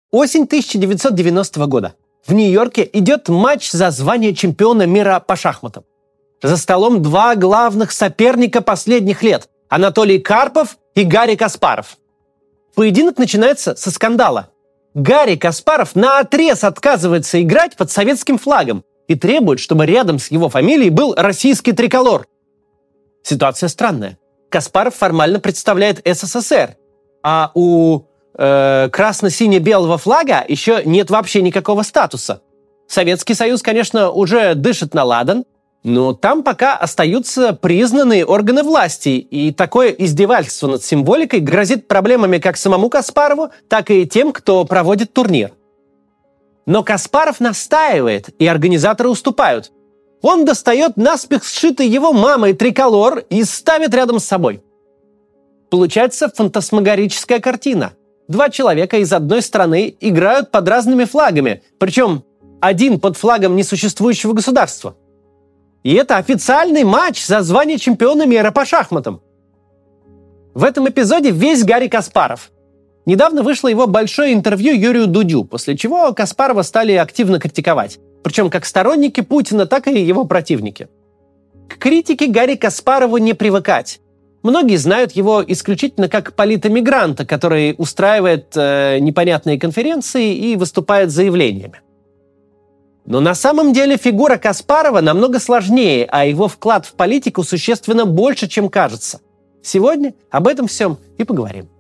Осень 1990 года. В Нью-Йорке идет матч за звание чемпиона мира по шахматам. За столом два главных соперника последних лет – Анатолий Карпов и Гарри Каспаров. Поединок начинается со скандала. Гарри Каспаров наотрез отказывается играть под советским флагом и требует, чтобы рядом с его фамилией был российский триколор. Ситуация странная. Каспаров формально представляет СССР, а у красно-сине-белого флага еще нет вообще никакого статуса. Советский Союз, конечно, уже дышит на ладан, но там пока остаются признанные органы власти, и такое издевательство над символикой грозит проблемами как самому Каспарову, так и тем, кто проводит турнир. Но Каспаров настаивает, и организаторы уступают. Он достает наспех сшитый его мамой триколор и ставит рядом с собой. Получается фантасмагорическая картина. Два человека из одной страны играют под разными флагами, причем один под флагом несуществующего государства. И это официальный матч за звание чемпиона мира по шахматам. В этом эпизоде весь Гарри Каспаров. Недавно вышло его большое интервью Юрию Дудю, после чего Каспарова стали активно критиковать. Причем как сторонники Путина, так и его противники. К критике Гарри Каспарову не привыкать. Многие знают его исключительно как политэмигранта, который устраивает непонятные конференции и выступает с заявлениями. Но на самом деле фигура Каспарова намного сложнее, а его вклад в политику существенно больше, чем кажется. Сегодня об этом всем и поговорим.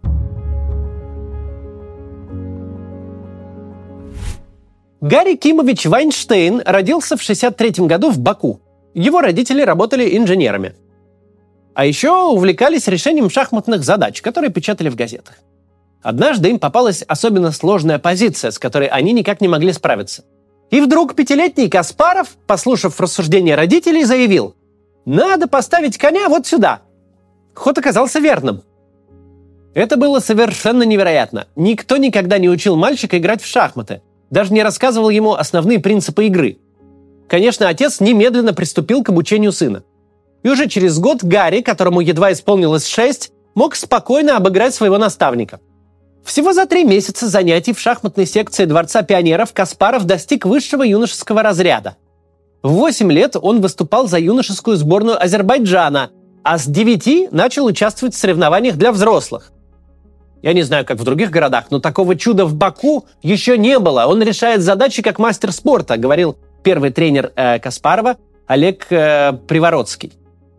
Гарри Кимович Вайнштейн родился в 1963 году в Баку. Его родители работали инженерами. А еще увлекались решением шахматных задач, которые печатали в газетах. Однажды им попалась особенно сложная позиция, с которой они никак не могли справиться. И вдруг пятилетний Каспаров, послушав рассуждения родителей, заявил: «Надо поставить коня вот сюда». Ход оказался верным. Это было совершенно невероятно. Никто никогда не учил мальчика играть в шахматы. Даже не рассказывал ему основные принципы игры. Конечно, отец немедленно приступил к обучению сына. И уже через год Гарри, которому едва исполнилось 6, мог спокойно обыграть своего наставника. Всего за 3 месяца занятий в шахматной секции Дворца пионеров Каспаров достиг высшего юношеского разряда. В 8 лет он выступал за юношескую сборную Азербайджана, а с 9 начал участвовать в соревнованиях для взрослых. Я не знаю, как в других городах, но такого чуда в Баку еще не было. Он решает задачи как мастер спорта, говорил первый тренер Каспарова Олег Привородский.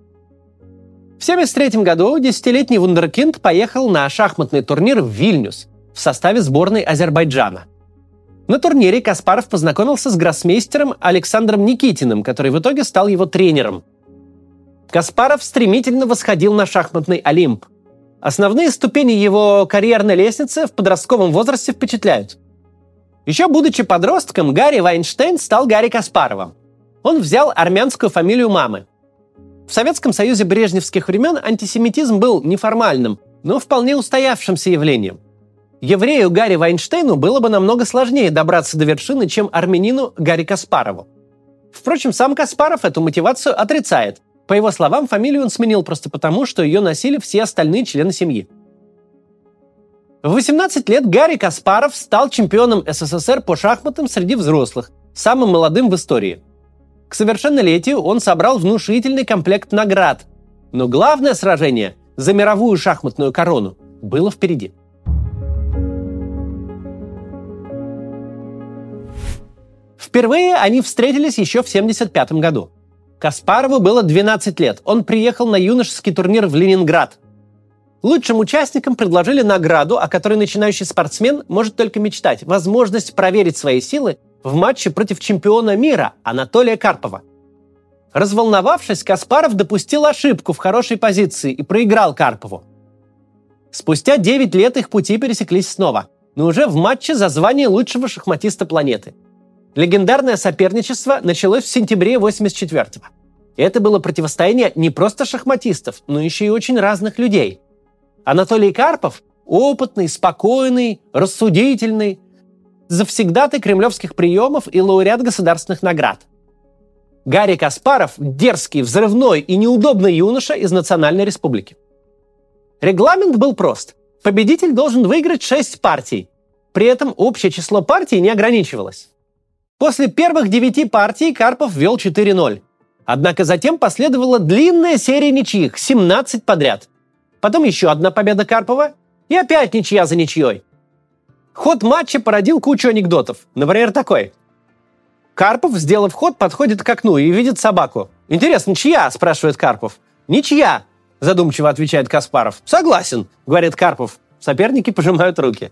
В 1973 году 10-летний вундеркинд поехал на шахматный турнир в Вильнюс в составе сборной Азербайджана. На турнире Каспаров познакомился с гроссмейстером Александром Никитиным, который в итоге стал его тренером. Каспаров стремительно восходил на шахматный Олимп. Основные ступени его карьерной лестницы в подростковом возрасте впечатляют. Еще будучи подростком, Гарри Вайнштейн стал Гарри Каспаровым. Он взял армянскую фамилию мамы. В Советском Союзе брежневских времен антисемитизм был неформальным, но вполне устоявшимся явлением. Еврею Гарри Вайнштейну было бы намного сложнее добраться до вершины, чем армянину Гарри Каспарову. Впрочем, сам Каспаров эту мотивацию отрицает. По его словам, фамилию он сменил просто потому, что ее носили все остальные члены семьи. В 18 лет Гарри Каспаров стал чемпионом СССР по шахматам среди взрослых, самым молодым в истории. К совершеннолетию он собрал внушительный комплект наград. Но главное сражение за мировую шахматную корону было впереди. Впервые они встретились еще в 1975 году. Каспарову было 12 лет. Он приехал на юношеский турнир в Ленинград. Лучшим участникам предложили награду, о которой начинающий спортсмен может только мечтать – возможность проверить свои силы в матче против чемпиона мира Анатолия Карпова. Разволновавшись, Каспаров допустил ошибку в хорошей позиции и проиграл Карпову. Спустя 9 лет их пути пересеклись снова, но уже в матче за звание лучшего шахматиста планеты. Легендарное соперничество началось в сентябре 1984-го. Это было противостояние не просто шахматистов, но еще и очень разных людей. Анатолий Карпов – опытный, спокойный, рассудительный, завсегдатый кремлевских приемов и лауреат государственных наград. Гарри Каспаров – дерзкий, взрывной и неудобный юноша из Национальной Республики. Регламент был прост. Победитель должен выиграть 6 партий. При этом общее число партий не ограничивалось. После первых 9 партий Карпов вел 4-0. Однако затем последовала длинная серия ничьих, 17 подряд. Потом еще одна победа Карпова и опять ничья за ничьей. Ход матча породил кучу анекдотов. Например, такой. Карпов, сделав ход, подходит к окну и видит собаку. «Интересно, чья?» – спрашивает Карпов. «Ничья», – задумчиво отвечает Каспаров. «Согласен», – говорит Карпов. Соперники пожимают руки.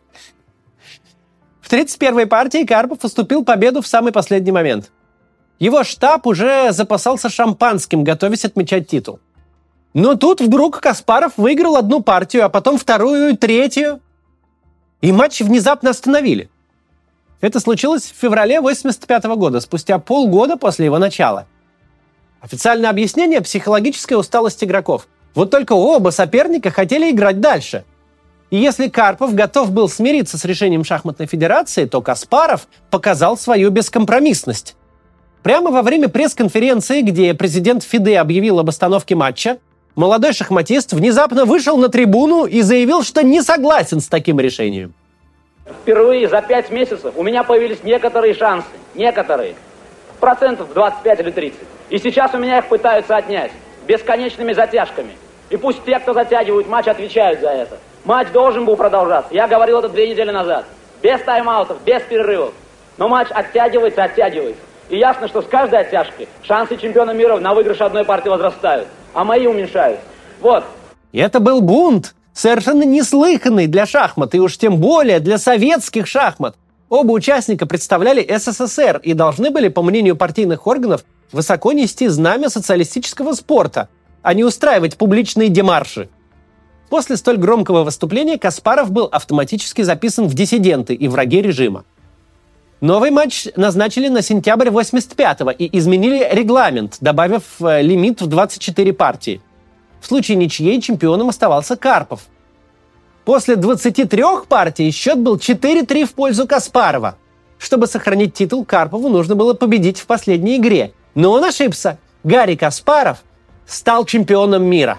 В 31-й партии Карпов уступил победу в самый последний момент. Его штаб уже запасался шампанским, готовясь отмечать титул. Но тут вдруг Каспаров выиграл одну партию, а потом вторую и третью. И матч внезапно остановили. Это случилось в феврале 1985 года, спустя полгода после его начала. Официальное объяснение – психологическая усталость игроков. Вот только оба соперника хотели играть дальше. И если Карпов готов был смириться с решением шахматной федерации, то Каспаров показал свою бескомпромиссность. Прямо во время пресс-конференции, где президент ФИДЕ объявил об остановке матча, молодой шахматист внезапно вышел на трибуну и заявил, что не согласен с таким решением. Впервые за 5 месяцев у меня появились некоторые шансы. Некоторые. Процентов 25 или 30. И сейчас у меня их пытаются отнять. Бесконечными затяжками. И пусть те, кто затягивают матч, отвечают за это. Матч должен был продолжаться. Я говорил это 2 недели назад. Без тайм-аутов, без перерывов. Но матч оттягивается. И ясно, что с каждой оттяжкой шансы чемпиона мира на выигрыш одной партии возрастают. А мои уменьшаются. Вот. И это был бунт, совершенно неслыханный для шахмат, и уж тем более для советских шахмат. Оба участника представляли СССР и должны были, по мнению партийных органов, высоко нести знамя социалистического спорта, а не устраивать публичные демарши. После столь громкого выступления Каспаров был автоматически записан в диссиденты и враги режима. Новый матч назначили на сентябрь 1985-го и изменили регламент, добавив лимит в 24 партии. В случае ничьей чемпионом оставался Карпов. После 23 партий счет был 4-3 в пользу Каспарова. Чтобы сохранить титул, Карпову нужно было победить в последней игре. Но он ошибся. Гарри Каспаров стал чемпионом мира.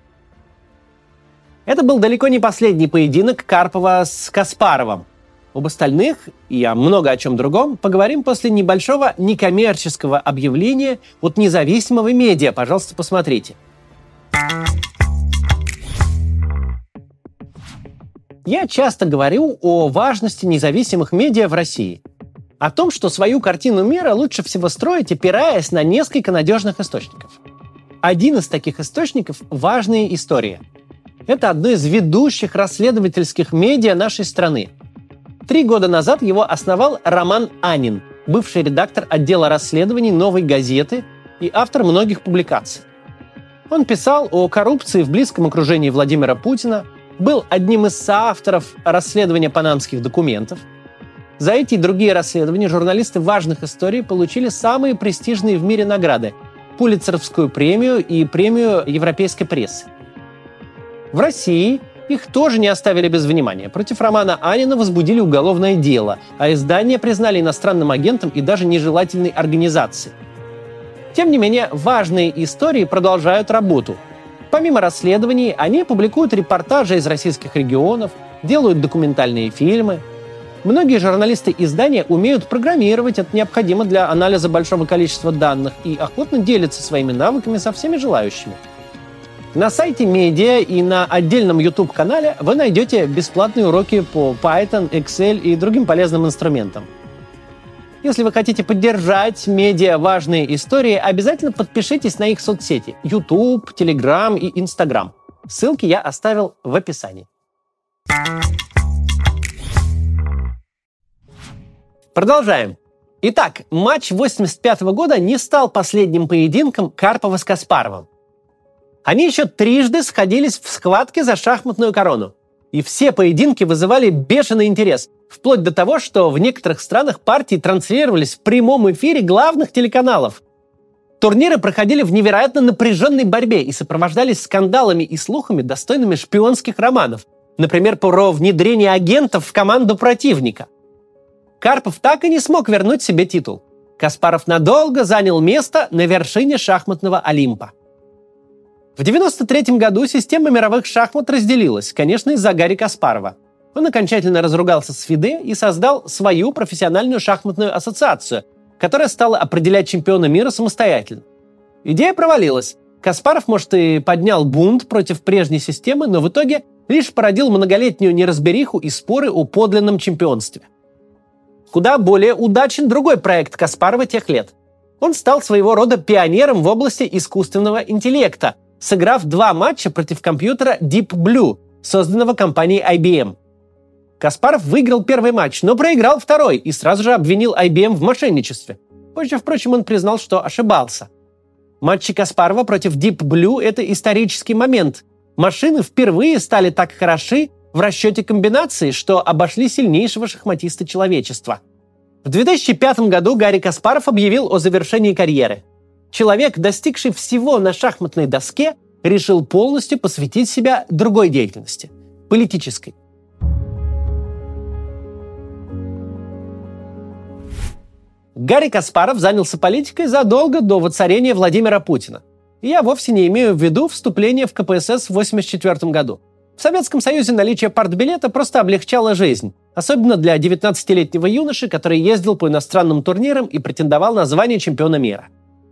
Это был далеко не последний поединок Карпова с Каспаровым. Об остальных и о много о чем другом поговорим после небольшого некоммерческого объявления от независимого медиа. Пожалуйста, посмотрите. Я часто говорю о важности независимых медиа в России. О том, что свою картину мира лучше всего строить, опираясь на несколько надежных источников. Один из таких источников – «Важные истории». Это одно из ведущих расследовательских медиа нашей страны. 3 года назад его основал Роман Анин, бывший редактор отдела расследований «Новой газеты» и автор многих публикаций. Он писал о коррупции в близком окружении Владимира Путина, был одним из соавторов расследования панамских документов. За эти и другие расследования журналисты важных историй получили самые престижные в мире награды – Пулитцеровскую премию и премию европейской прессы. В России их тоже не оставили без внимания. Против Романа Анина возбудили уголовное дело, а издание признали иностранным агентом и даже нежелательной организацией. Тем не менее, важные истории продолжают работу. Помимо расследований, они публикуют репортажи из российских регионов, делают документальные фильмы. Многие журналисты издания умеют программировать, это необходимо для анализа большого количества данных, и охотно делятся своими навыками со всеми желающими. На сайте медиа и на отдельном YouTube-канале вы найдете бесплатные уроки по Python, Excel и другим полезным инструментам. Если вы хотите поддержать медиа «Важные истории», обязательно подпишитесь на их соцсети – YouTube, Telegram и Instagram. Ссылки я оставил в описании. Продолжаем. Итак, матч 1985 года не стал последним поединком Карпова с Каспаровым. Они еще трижды сходились в схватке за шахматную корону. И все поединки вызывали бешеный интерес. Вплоть до того, что в некоторых странах партии транслировались в прямом эфире главных телеканалов. Турниры проходили в невероятно напряженной борьбе и сопровождались скандалами и слухами, достойными шпионских романов. Например, про внедрение агентов в команду противника. Карпов так и не смог вернуть себе титул. Каспаров надолго занял место на вершине шахматного Олимпа. В 1993 году система мировых шахмат разделилась, конечно, из-за Гарри Каспарова. Он окончательно разругался с ФИДЕ и создал свою профессиональную шахматную ассоциацию, которая стала определять чемпиона мира самостоятельно. Идея провалилась. Каспаров, может, и поднял бунт против прежней системы, но в итоге лишь породил многолетнюю неразбериху и споры о подлинном чемпионстве. Куда более удачен другой проект Каспарова тех лет. Он стал своего рода пионером в области искусственного интеллекта, сыграв 2 матча против компьютера Deep Blue, созданного компанией IBM. Каспаров выиграл первый матч, но проиграл второй и сразу же обвинил IBM в мошенничестве. Позже, впрочем, он признал, что ошибался. Матчи Каспарова против Deep Blue – это исторический момент. Машины впервые стали так хороши в расчете комбинаций, что обошли сильнейшего шахматиста человечества. В 2005 году Гарри Каспаров объявил о завершении карьеры. Человек, достигший всего на шахматной доске, решил полностью посвятить себя другой деятельности – политической. Гарри Каспаров занялся политикой задолго до воцарения Владимира Путина. И я вовсе не имею в виду вступление в КПСС в 1984 году. В Советском Союзе наличие партбилета просто облегчало жизнь, особенно для 19-летнего юноши, который ездил по иностранным турнирам и претендовал на звание чемпиона мира.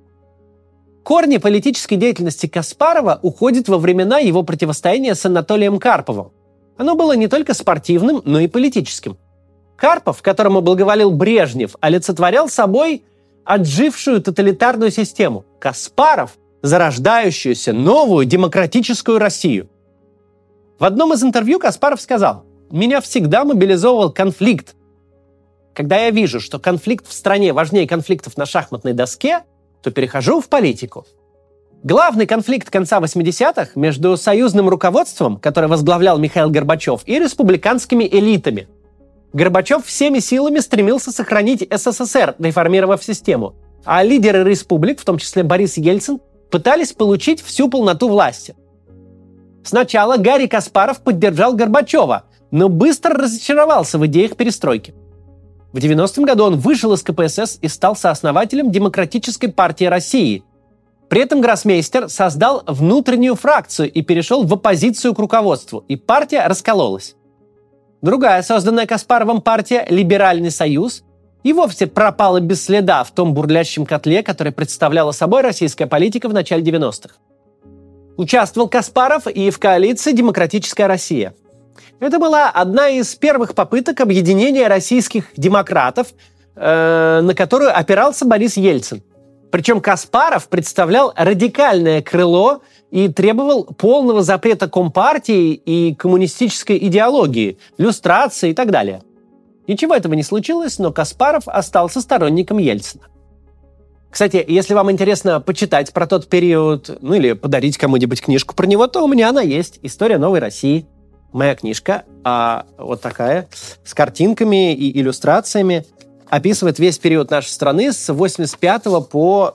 Корни политической деятельности Каспарова уходят во времена его противостояния с Анатолием Карповым. Оно было не только спортивным, но и политическим. Карпов, которому благоволил Брежнев, олицетворял собой отжившую тоталитарную систему. Каспаров – зарождающуюся новую демократическую Россию. В одном из интервью Каспаров сказал: «Меня всегда мобилизовывал конфликт. Когда я вижу, что конфликт в стране важнее конфликтов на шахматной доске, то перехожу в политику». Главный конфликт конца 80-х между союзным руководством, которое возглавлял Михаил Горбачев, и республиканскими элитами. Горбачев всеми силами стремился сохранить СССР, реформировав систему, а лидеры республик, в том числе Борис Ельцин, пытались получить всю полноту власти. Сначала Гарри Каспаров поддержал Горбачева, но быстро разочаровался в идеях перестройки. В 90-м году он вышел из КПСС и стал сооснователем Демократической партии России. При этом гроссмейстер создал внутреннюю фракцию и перешел в оппозицию к руководству, и партия раскололась. Другая, созданная Каспаровым партия «Либеральный союз», и вовсе пропала без следа в том бурлящем котле, который представляла собой российская политика в начале 90-х. Участвовал Каспаров и в коалиции «Демократическая Россия». Это была одна из первых попыток объединения российских демократов, на которую опирался Борис Ельцин. Причем Каспаров представлял радикальное крыло и требовал полного запрета компартии и коммунистической идеологии, люстрации и так далее. Ничего этого не случилось, но Каспаров остался сторонником Ельцина. Кстати, если вам интересно почитать про тот период, или подарить кому-нибудь книжку про него, то у меня она есть. «История новой России». Моя книжка, вот такая, с картинками и иллюстрациями, описывает весь период нашей страны с 1985 по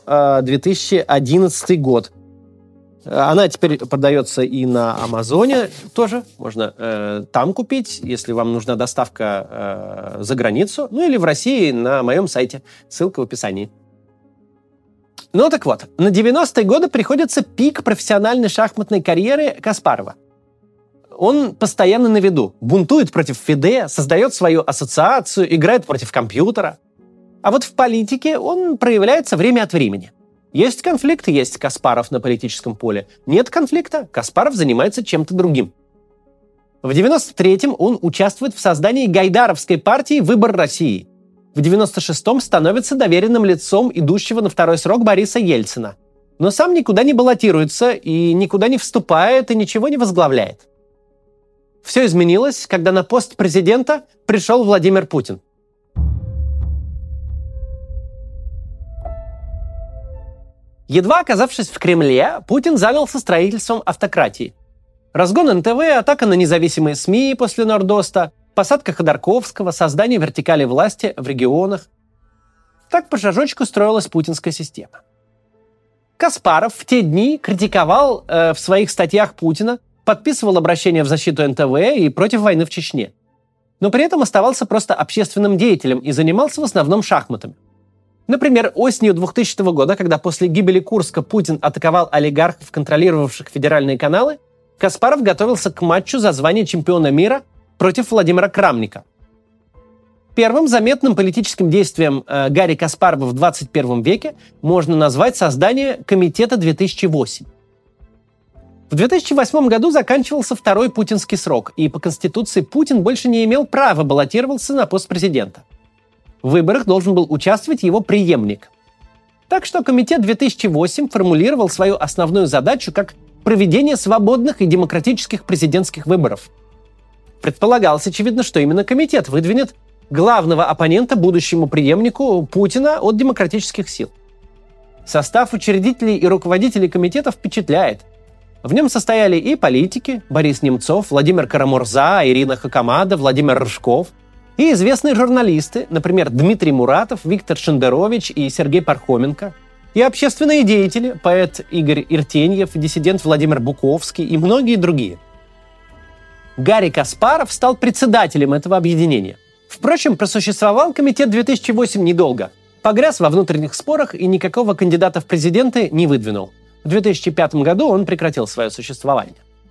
2011 год. Она теперь продается и на Амазоне тоже. Можно там купить, если вам нужна доставка за границу. Или в России на моем сайте. Ссылка в описании. Ну так вот, на 90-е годы приходится пик профессиональной шахматной карьеры Каспарова. Он постоянно на виду. Бунтует против ФИДЕ, создает свою ассоциацию, играет против компьютера. А вот в политике он проявляется время от времени. Есть конфликт, есть Каспаров на политическом поле. Нет конфликта, Каспаров занимается чем-то другим. В 93-м он участвует в создании гайдаровской партии «Выбор России». В 96-м становится доверенным лицом идущего на второй срок Бориса Ельцина. Но сам никуда не баллотируется и никуда не вступает и ничего не возглавляет. Все изменилось, когда на пост президента пришел Владимир Путин. Едва оказавшись в Кремле, Путин занялся строительством автократии. Разгон НТВ, атака на независимые СМИ после Нордоста, посадка Ходорковского, создание вертикали власти в регионах. Так по шажочку строилась путинская система. Каспаров в те дни критиковал в своих статьях Путина, подписывал обращения в защиту НТВ и против войны в Чечне. Но при этом оставался просто общественным деятелем и занимался в основном шахматами. Например, осенью 2000 года, когда после гибели Курска Путин атаковал олигархов, контролировавших федеральные каналы, Каспаров готовился к матчу за звание чемпиона мира против Владимира Крамника. Первым заметным политическим действием Гарри Каспарова в 21 веке можно назвать создание Комитета 2008. В 2008 году заканчивался второй путинский срок, и по Конституции Путин больше не имел права баллотироваться на пост президента. В выборах должен был участвовать его преемник. Так что Комитет 2008 формулировал свою основную задачу как проведение свободных и демократических президентских выборов. Предполагалось, очевидно, что именно комитет выдвинет главного оппонента будущему преемнику Путина от демократических сил. Состав учредителей и руководителей комитета впечатляет. В нем состояли и политики Борис Немцов, Владимир Карамурза, Ирина Хакамада, Владимир Рыжков, и известные журналисты, например, Дмитрий Муратов, Виктор Шендерович и Сергей Пархоменко, и общественные деятели, поэт Игорь Иртеньев, диссидент Владимир Буковский и многие другие. Гарри Каспаров стал председателем этого объединения. Впрочем, просуществовал комитет 2008 недолго. Погряз во внутренних спорах и никакого кандидата в президенты не выдвинул. В 2005 году он прекратил свое существование.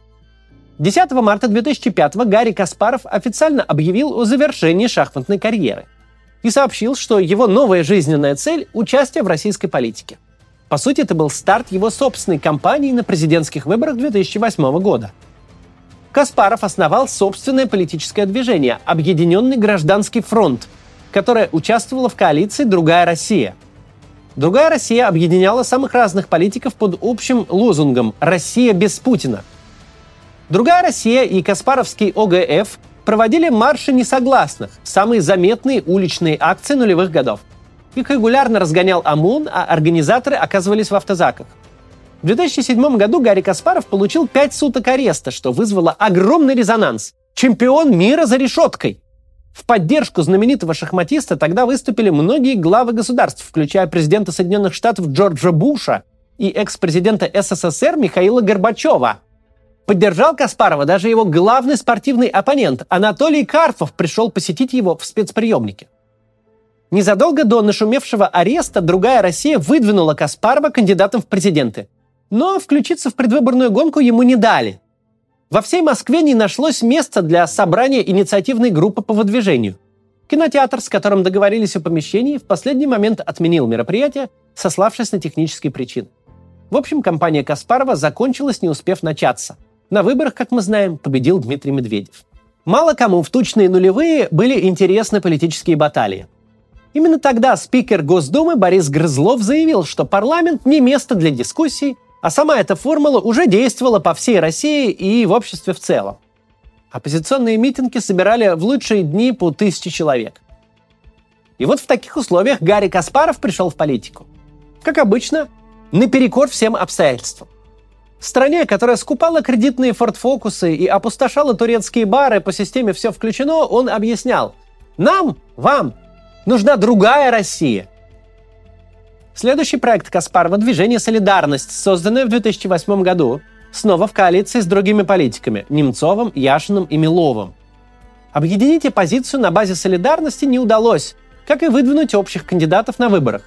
10 марта 2005 Гарри Каспаров официально объявил о завершении шахматной карьеры и сообщил, что его новая жизненная цель – участие в российской политике. По сути, это был старт его собственной кампании на президентских выборах 2008 года. Каспаров основал собственное политическое движение «Объединенный гражданский фронт», которое участвовало в коалиции «Другая Россия». «Другая Россия» объединяла самых разных политиков под общим лозунгом «Россия без Путина». «Другая Россия» и Каспаровский ОГФ проводили марши несогласных, самые заметные уличные акции нулевых годов. Их регулярно разгонял ОМОН, а организаторы оказывались в автозаках. В 2007 году Гарри Каспаров получил 5 суток ареста, что вызвало огромный резонанс. Чемпион мира за решеткой! В поддержку знаменитого шахматиста тогда выступили многие главы государств, включая президента Соединенных Штатов Джорджа Буша и экс-президента СССР Михаила Горбачева. Поддержал Каспарова даже его главный спортивный оппонент Анатолий Карпов пришел посетить его в спецприемнике. Незадолго до нашумевшего ареста «Другая Россия» выдвинула Каспарова кандидатом в президенты. Но включиться в предвыборную гонку ему не дали. Во всей Москве не нашлось места для собрания инициативной группы по выдвижению. Кинотеатр, с которым договорились о помещении, в последний момент отменил мероприятие, сославшись на технические причины. В общем, кампания Каспарова закончилась, не успев начаться. На выборах, как мы знаем, победил Дмитрий Медведев. Мало кому в тучные нулевые были интересны политические баталии. Именно тогда спикер Госдумы Борис Грызлов заявил, что парламент не место для дискуссий, а сама эта формула уже действовала по всей России и в обществе в целом. Оппозиционные митинги собирали в лучшие дни по 1000 человек. И вот в таких условиях Гарри Каспаров пришел в политику. Как обычно, наперекор всем обстоятельствам. В стране, которая скупала кредитные форд-фокусы и опустошала турецкие бары по системе «все включено», он объяснял: «Нам, вам, нужна другая Россия». Следующий проект Каспарова – движение «Солидарность», созданное в 2008 году, снова в коалиции с другими политиками – Немцовым, Яшиным и Миловым. Объединить оппозицию на базе солидарности не удалось, как и выдвинуть общих кандидатов на выборах.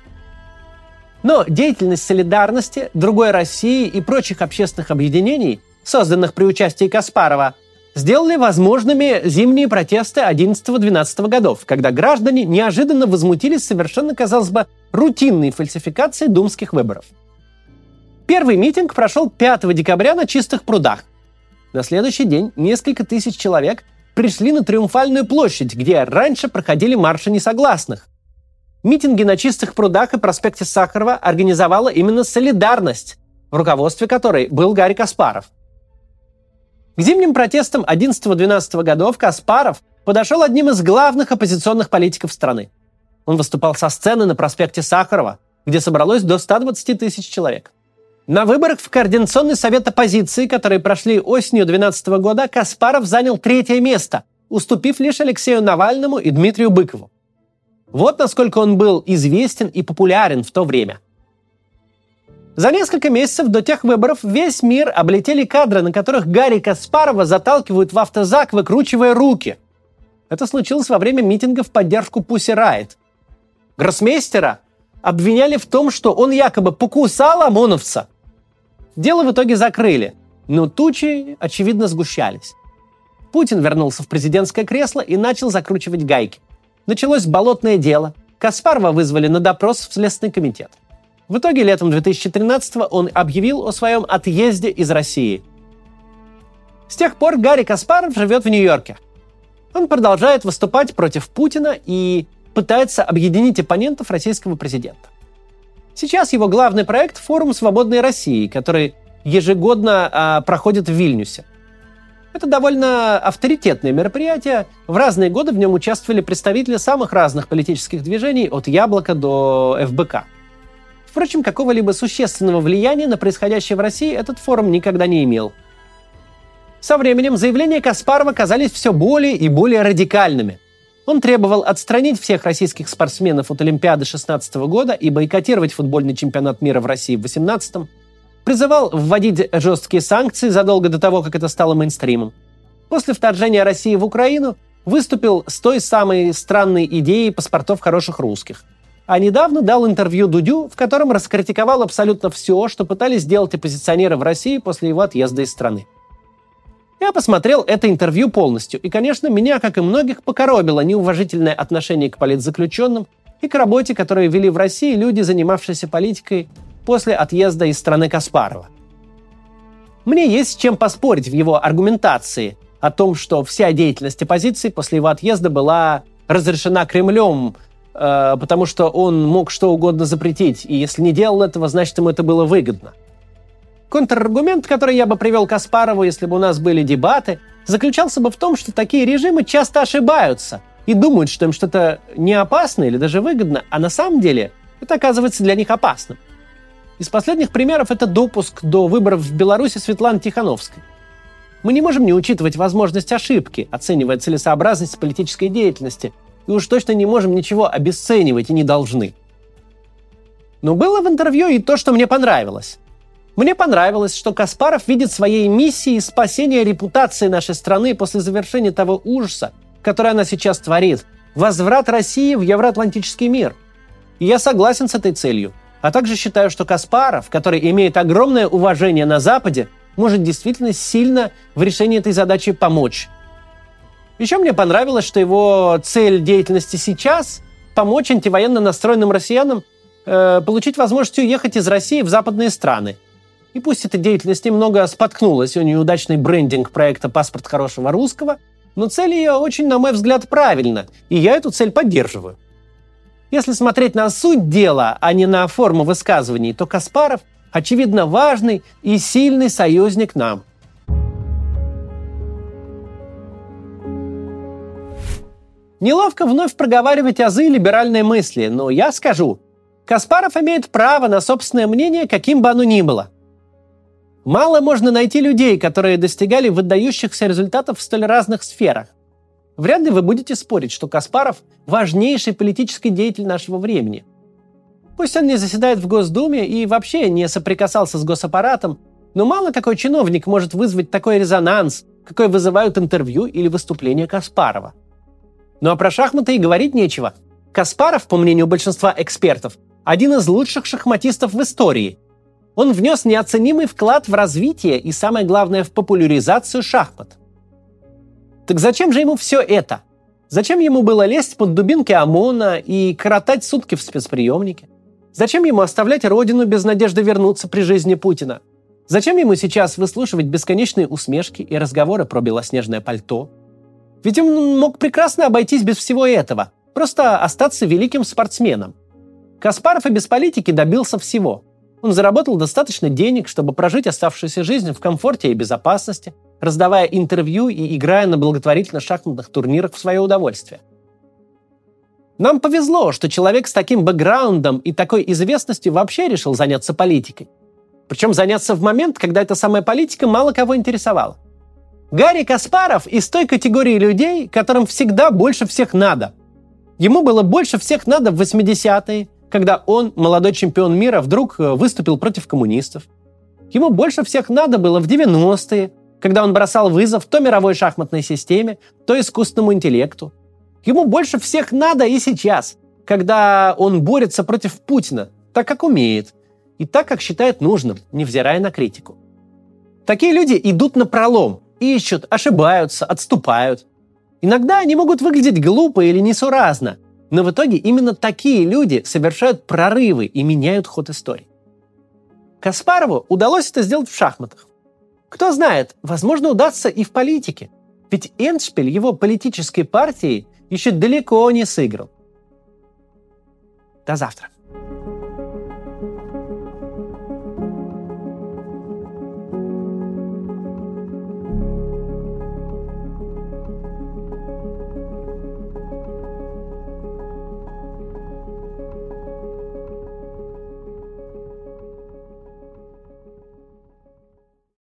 Но деятельность «Солидарности», «Другой России» и прочих общественных объединений, созданных при участии Каспарова, сделали возможными зимние протесты 11-12 годов, когда граждане неожиданно возмутились совершенно, казалось бы, рутинной фальсификацией думских выборов. Первый митинг прошел 5 декабря на Чистых прудах. На следующий день несколько тысяч человек пришли на Триумфальную площадь, где раньше проходили марши несогласных. Митинги на Чистых прудах и проспекте Сахарова организовала именно «Солидарность», в руководстве которой был Гарри Каспаров. К зимним протестам 11-12 годов Каспаров подошел одним из главных оппозиционных политиков страны. Он выступал со сцены на проспекте Сахарова, где собралось до 120 тысяч человек. На выборах в Координационный совет оппозиции, которые прошли осенью 2012 года, Каспаров занял 3-е место, уступив лишь Алексею Навальному и Дмитрию Быкову. Вот насколько он был известен и популярен в то время. За несколько месяцев до тех выборов весь мир облетели кадры, на которых Гарри Каспарова заталкивают в автозак, выкручивая руки. Это случилось во время митинга в поддержку Pussy Riot. Гроссмейстера обвиняли в том, что он якобы покусал ОМОНовца. Дело в итоге закрыли, но тучи, очевидно, сгущались. Путин вернулся в президентское кресло и начал закручивать гайки. Началось болотное дело. Каспарова вызвали на допрос в Следственный комитет. В итоге летом 2013-го он объявил о своем отъезде из России. С тех пор Гарри Каспаров живет в Нью-Йорке. Он продолжает выступать против Путина и пытается объединить оппонентов российского президента. Сейчас его главный проект – форум «Свободной России», который ежегодно проходит в Вильнюсе. Это довольно авторитетное мероприятие. В разные годы в нем участвовали представители самых разных политических движений, от «Яблока» до ФБК. Впрочем, какого-либо существенного влияния на происходящее в России этот форум никогда не имел. Со временем заявления Каспарова казались все более и более радикальными. Он требовал отстранить всех российских спортсменов от Олимпиады 2016 года и бойкотировать футбольный чемпионат мира в России в 2018, призывал вводить жесткие санкции задолго до того, как это стало мейнстримом. После вторжения России в Украину выступил с той самой странной идеей паспортов хороших русских. А недавно дал интервью Дудю, в котором раскритиковал абсолютно все, что пытались сделать оппозиционеры в России после его отъезда из страны. Я посмотрел это интервью полностью, и, конечно, меня, как и многих, покоробило неуважительное отношение к политзаключенным и к работе, которую вели в России люди, занимавшиеся политикой после отъезда из страны Каспарова. Мне есть с чем поспорить в его аргументации о том, что вся деятельность оппозиции после его отъезда была разрешена Кремлем, потому что он мог что угодно запретить, и если не делал этого, значит, ему это было выгодно. Контраргумент, который я бы привел Каспарову, если бы у нас были дебаты, заключался бы в том, что такие режимы часто ошибаются и думают, что им что-то не опасно или даже выгодно, а на самом деле это оказывается для них опасным. Из последних примеров это допуск до выборов в Беларуси Светланы Тихановской. Мы не можем не учитывать возможность ошибки, оценивая целесообразность политической деятельности, и уж точно не можем ничего обесценивать и не должны. Но было в интервью и то, что мне понравилось. Мне понравилось, что Каспаров видит своей миссией спасения репутации нашей страны после завершения того ужаса, который она сейчас творит, возврат России в евроатлантический мир. И я согласен с этой целью. А также считаю, что Каспаров, который имеет огромное уважение на Западе, может действительно сильно в решении этой задачи помочь. Еще мне понравилось, что его цель деятельности сейчас – помочь антивоенно настроенным россиянам получить возможность уехать из России в западные страны. И пусть эта деятельность немного споткнулась о неудачный брендинг проекта «Паспорт хорошего русского», но цель ее очень, на мой взгляд, правильна, и я эту цель поддерживаю. Если смотреть на суть дела, а не на форму высказываний, то Каспаров, очевидно, важный и сильный союзник нам. Неловко вновь проговаривать азы либеральной мысли, но я скажу, Каспаров имеет право на собственное мнение, каким бы оно ни было. Мало можно найти людей, которые достигали выдающихся результатов в столь разных сферах. Вряд ли вы будете спорить, что Каспаров – важнейший политический деятель нашего времени. Пусть он не заседает в Госдуме и вообще не соприкасался с госаппаратом, но мало какой чиновник может вызвать такой резонанс, какой вызывают интервью или выступления Каспарова. Ну а про шахматы и говорить нечего. Каспаров, по мнению большинства экспертов, один из лучших шахматистов в истории. Он внес неоценимый вклад в развитие и, самое главное, в популяризацию шахмат. Так зачем же ему все это? Зачем ему было лезть под дубинки ОМОНа и коротать сутки в спецприемнике? Зачем ему оставлять родину без надежды вернуться при жизни Путина? Зачем ему сейчас выслушивать бесконечные усмешки и разговоры про белоснежное пальто? Ведь он мог прекрасно обойтись без всего этого, просто остаться великим спортсменом. Каспаров и без политики добился всего. Он заработал достаточно денег, чтобы прожить оставшуюся жизнь в комфорте и безопасности, раздавая интервью и играя на благотворительных шахматных турнирах в свое удовольствие. Нам повезло, что человек с таким бэкграундом и такой известностью вообще решил заняться политикой. Причем заняться в момент, когда эта самая политика мало кого интересовала. Гарри Каспаров из той категории людей, которым всегда больше всех надо. Ему было больше всех надо в 80-е, когда он, молодой чемпион мира, вдруг выступил против коммунистов. Ему больше всех надо было в 90-е, когда он бросал вызов то мировой шахматной системе, то искусственному интеллекту. Ему больше всех надо и сейчас, когда он борется против Путина, так как умеет, и так, как считает нужным, невзирая на критику. Такие люди идут напролом, ищут, ошибаются, отступают. Иногда они могут выглядеть глупо или несуразно, но в итоге именно такие люди совершают прорывы и меняют ход истории. Каспарову удалось это сделать в шахматах. Кто знает, возможно, удастся и в политике. Ведь эндшпиль его политической партии еще далеко не сыграл. До завтра.